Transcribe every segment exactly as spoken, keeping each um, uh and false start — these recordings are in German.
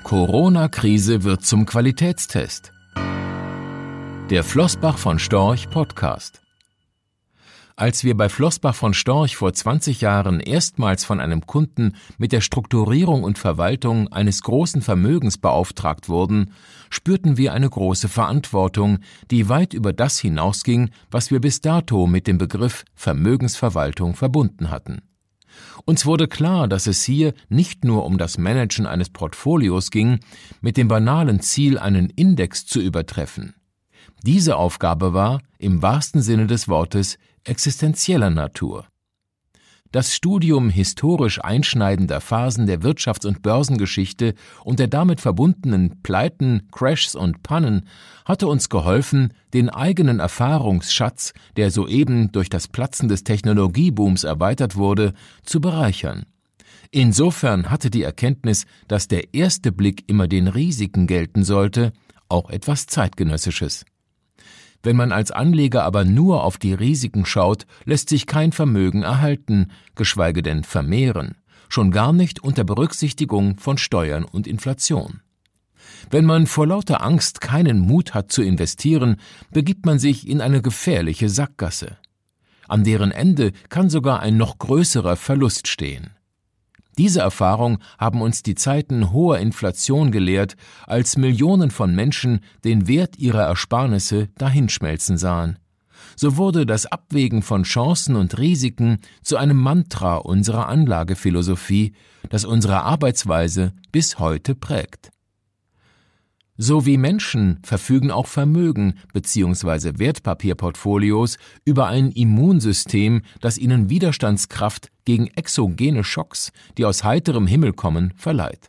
Corona-Krise wird zum Qualitätstest. Der Flossbach von Storch Podcast. Als wir bei Flossbach von Storch vor zwanzig Jahren erstmals von einem Kunden mit der Strukturierung und Verwaltung eines großen Vermögens beauftragt wurden, spürten wir eine große Verantwortung, die weit über das hinausging, was wir bis dato mit dem Begriff Vermögensverwaltung verbunden hatten. Uns wurde klar, dass es hier nicht nur um das Managen eines Portfolios ging, mit dem banalen Ziel, einen Index zu übertreffen. Diese Aufgabe war, im wahrsten Sinne des Wortes, existenzieller Natur. Das Studium historisch einschneidender Phasen der Wirtschafts- und Börsengeschichte und der damit verbundenen Pleiten, Crashs und Pannen hatte uns geholfen, den eigenen Erfahrungsschatz, der soeben durch das Platzen des Technologiebooms erweitert wurde, zu bereichern. Insofern hatte die Erkenntnis, dass der erste Blick immer den Risiken gelten sollte, auch etwas Zeitgenössisches. Wenn man als Anleger aber nur auf die Risiken schaut, lässt sich kein Vermögen erhalten, geschweige denn vermehren, schon gar nicht unter Berücksichtigung von Steuern und Inflation. Wenn man vor lauter Angst keinen Mut hat zu investieren, begibt man sich in eine gefährliche Sackgasse. An deren Ende kann sogar ein noch größerer Verlust stehen. Diese Erfahrung haben uns die Zeiten hoher Inflation gelehrt, als Millionen von Menschen den Wert ihrer Ersparnisse dahinschmelzen sahen. So wurde das Abwägen von Chancen und Risiken zu einem Mantra unserer Anlagephilosophie, das unsere Arbeitsweise bis heute prägt. So wie Menschen verfügen auch Vermögen bzw. Wertpapierportfolios über ein Immunsystem, das ihnen Widerstandskraft gegen exogene Schocks, die aus heiterem Himmel kommen, verleiht.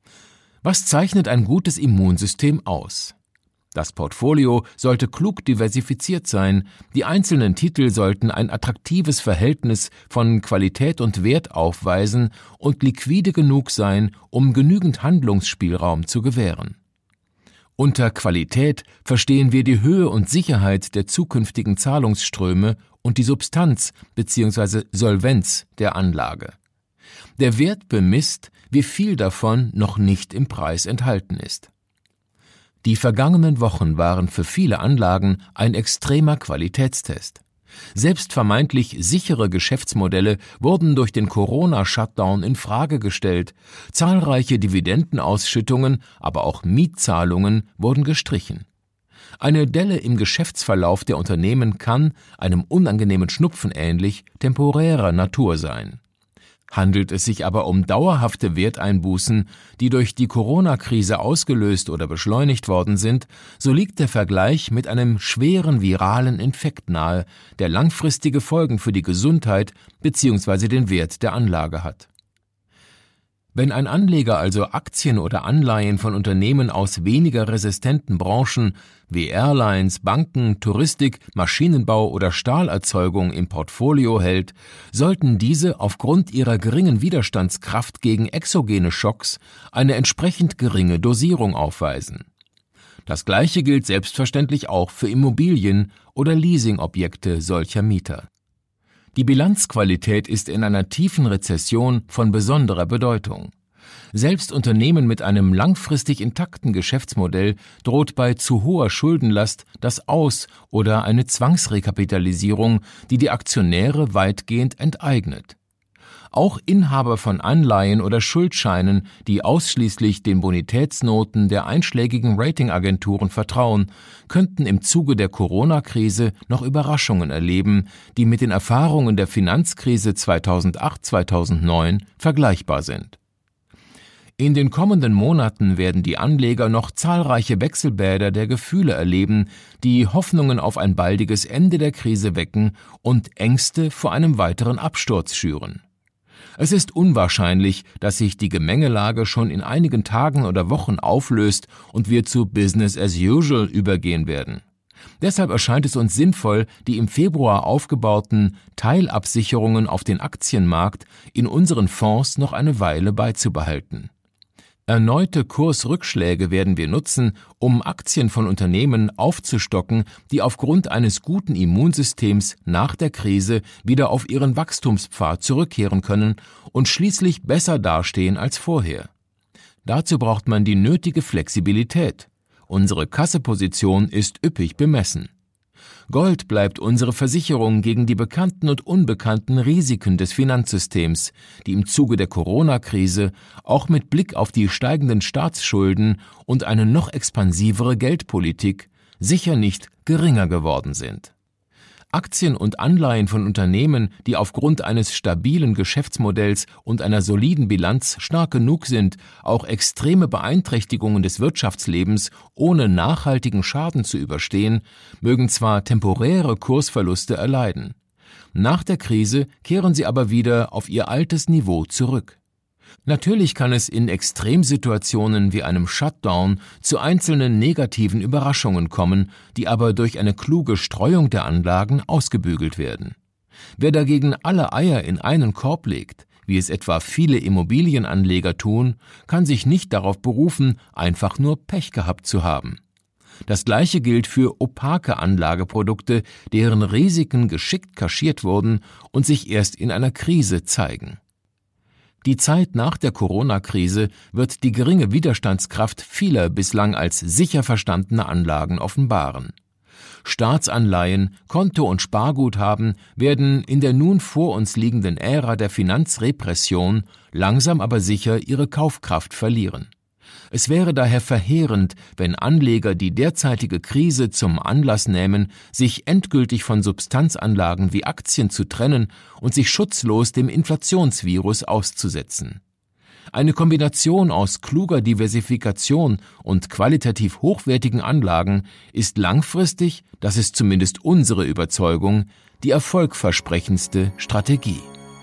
Was zeichnet ein gutes Immunsystem aus? Das Portfolio sollte klug diversifiziert sein, die einzelnen Titel sollten ein attraktives Verhältnis von Qualität und Wert aufweisen und liquide genug sein, um genügend Handlungsspielraum zu gewähren. Unter Qualität verstehen wir die Höhe und Sicherheit der zukünftigen Zahlungsströme und die Substanz bzw. Solvenz der Anlage. Der Wert bemisst, wie viel davon noch nicht im Preis enthalten ist. Die vergangenen Wochen waren für viele Anlagen ein extremer Qualitätstest. Selbst vermeintlich sichere Geschäftsmodelle wurden durch den Corona-Shutdown in Frage gestellt, zahlreiche Dividendenausschüttungen, aber auch Mietzahlungen wurden gestrichen. Eine Delle im Geschäftsverlauf der Unternehmen kann, einem unangenehmen Schnupfen ähnlich, temporärer Natur sein. Handelt es sich aber um dauerhafte Werteinbußen, die durch die Corona-Krise ausgelöst oder beschleunigt worden sind, so liegt der Vergleich mit einem schweren viralen Infekt nahe, der langfristige Folgen für die Gesundheit bzw. den Wert der Anlage hat. Wenn ein Anleger also Aktien oder Anleihen von Unternehmen aus weniger resistenten Branchen wie Airlines, Banken, Touristik, Maschinenbau oder Stahlerzeugung im Portfolio hält, sollten diese aufgrund ihrer geringen Widerstandskraft gegen exogene Schocks eine entsprechend geringe Dosierung aufweisen. Das Gleiche gilt selbstverständlich auch für Immobilien oder Leasingobjekte solcher Mieter. Die Bilanzqualität ist in einer tiefen Rezession von besonderer Bedeutung. Selbst Unternehmen mit einem langfristig intakten Geschäftsmodell droht bei zu hoher Schuldenlast das Aus- oder eine Zwangsrekapitalisierung, die die Aktionäre weitgehend enteignet. Auch Inhaber von Anleihen oder Schuldscheinen, die ausschließlich den Bonitätsnoten der einschlägigen Ratingagenturen vertrauen, könnten im Zuge der Corona-Krise noch Überraschungen erleben, die mit den Erfahrungen der Finanzkrise zweitausendacht zweitausendneun vergleichbar sind. In den kommenden Monaten werden die Anleger noch zahlreiche Wechselbäder der Gefühle erleben, die Hoffnungen auf ein baldiges Ende der Krise wecken und Ängste vor einem weiteren Absturz schüren. Es ist unwahrscheinlich, dass sich die Gemengelage schon in einigen Tagen oder Wochen auflöst und wir zu Business as usual übergehen werden. Deshalb erscheint es uns sinnvoll, die im Februar aufgebauten Teilabsicherungen auf den Aktienmarkt in unseren Fonds noch eine Weile beizubehalten. Erneute Kursrückschläge werden wir nutzen, um Aktien von Unternehmen aufzustocken, die aufgrund eines guten Immunsystems nach der Krise wieder auf ihren Wachstumspfad zurückkehren können und schließlich besser dastehen als vorher. Dazu braucht man die nötige Flexibilität. Unsere Kasseposition ist üppig bemessen. Gold bleibt unsere Versicherung gegen die bekannten und unbekannten Risiken des Finanzsystems, die im Zuge der Corona-Krise auch mit Blick auf die steigenden Staatsschulden und eine noch expansivere Geldpolitik sicher nicht geringer geworden sind. Aktien und Anleihen von Unternehmen, die aufgrund eines stabilen Geschäftsmodells und einer soliden Bilanz stark genug sind, auch extreme Beeinträchtigungen des Wirtschaftslebens ohne nachhaltigen Schaden zu überstehen, mögen zwar temporäre Kursverluste erleiden. Nach der Krise kehren sie aber wieder auf ihr altes Niveau zurück. Natürlich kann es in Extremsituationen wie einem Shutdown zu einzelnen negativen Überraschungen kommen, die aber durch eine kluge Streuung der Anlagen ausgebügelt werden. Wer dagegen alle Eier in einen Korb legt, wie es etwa viele Immobilienanleger tun, kann sich nicht darauf berufen, einfach nur Pech gehabt zu haben. Das Gleiche gilt für opake Anlageprodukte, deren Risiken geschickt kaschiert wurden und sich erst in einer Krise zeigen. Die Zeit nach der Corona-Krise wird die geringe Widerstandskraft vieler bislang als sicher verstandener Anlagen offenbaren. Staatsanleihen, Konto- und Sparguthaben werden in der nun vor uns liegenden Ära der Finanzrepression langsam aber sicher ihre Kaufkraft verlieren. Es wäre daher verheerend, wenn Anleger die derzeitige Krise zum Anlass nähmen, sich endgültig von Substanzanlagen wie Aktien zu trennen und sich schutzlos dem Inflationsvirus auszusetzen. Eine Kombination aus kluger Diversifikation und qualitativ hochwertigen Anlagen ist langfristig, das ist zumindest unsere Überzeugung, die erfolgversprechendste Strategie.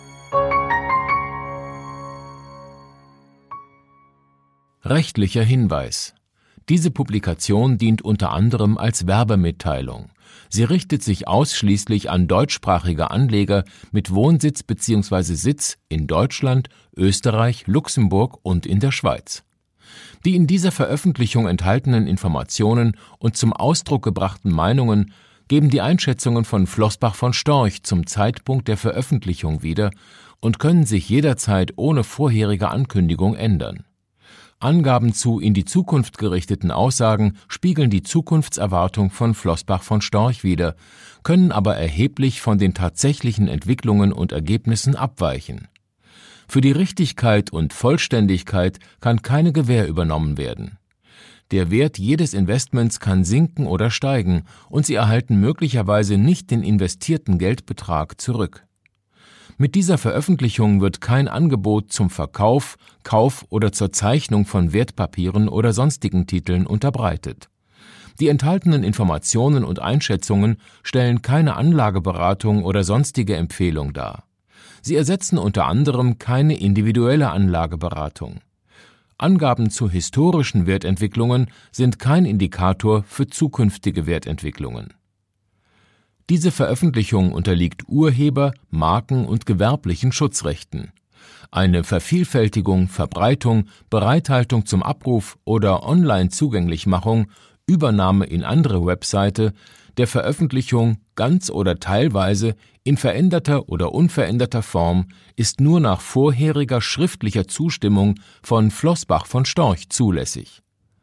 Rechtlicher Hinweis. Diese Publikation dient unter anderem als Werbemitteilung. Sie richtet sich ausschließlich an deutschsprachige Anleger mit Wohnsitz bzw. Sitz in Deutschland, Österreich, Luxemburg und in der Schweiz. Die in dieser Veröffentlichung enthaltenen Informationen und zum Ausdruck gebrachten Meinungen geben die Einschätzungen von Flossbach von Storch zum Zeitpunkt der Veröffentlichung wieder und können sich jederzeit ohne vorherige Ankündigung ändern. Angaben zu in die Zukunft gerichteten Aussagen spiegeln die Zukunftserwartung von Flossbach von Storch wider, können aber erheblich von den tatsächlichen Entwicklungen und Ergebnissen abweichen. Für die Richtigkeit und Vollständigkeit kann keine Gewähr übernommen werden. Der Wert jedes Investments kann sinken oder steigen und Sie erhalten möglicherweise nicht den investierten Geldbetrag zurück. Mit dieser Veröffentlichung wird kein Angebot zum Verkauf, Kauf oder zur Zeichnung von Wertpapieren oder sonstigen Titeln unterbreitet. Die enthaltenen Informationen und Einschätzungen stellen keine Anlageberatung oder sonstige Empfehlung dar. Sie ersetzen unter anderem keine individuelle Anlageberatung. Angaben zu historischen Wertentwicklungen sind kein Indikator für zukünftige Wertentwicklungen. Diese Veröffentlichung unterliegt Urheber-, Marken- und gewerblichen Schutzrechten. Eine Vervielfältigung, Verbreitung, Bereithaltung zum Abruf oder Online-Zugänglichmachung, Übernahme in andere Webseite, der Veröffentlichung ganz oder teilweise in veränderter oder unveränderter Form ist nur nach vorheriger schriftlicher Zustimmung von Flossbach von Storch zulässig.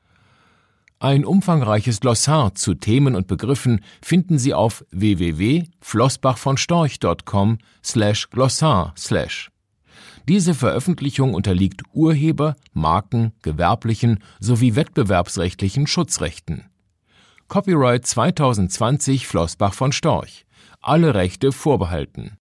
Ein umfangreiches Glossar zu Themen und Begriffen finden Sie auf w w w punkt flossbach von storch punkt com slash glossar slash. Diese Veröffentlichung unterliegt Urheber-, Marken-, gewerblichen sowie wettbewerbsrechtlichen Schutzrechten. Copyright zwanzig zwanzig Flossbach von Storch. Alle Rechte vorbehalten.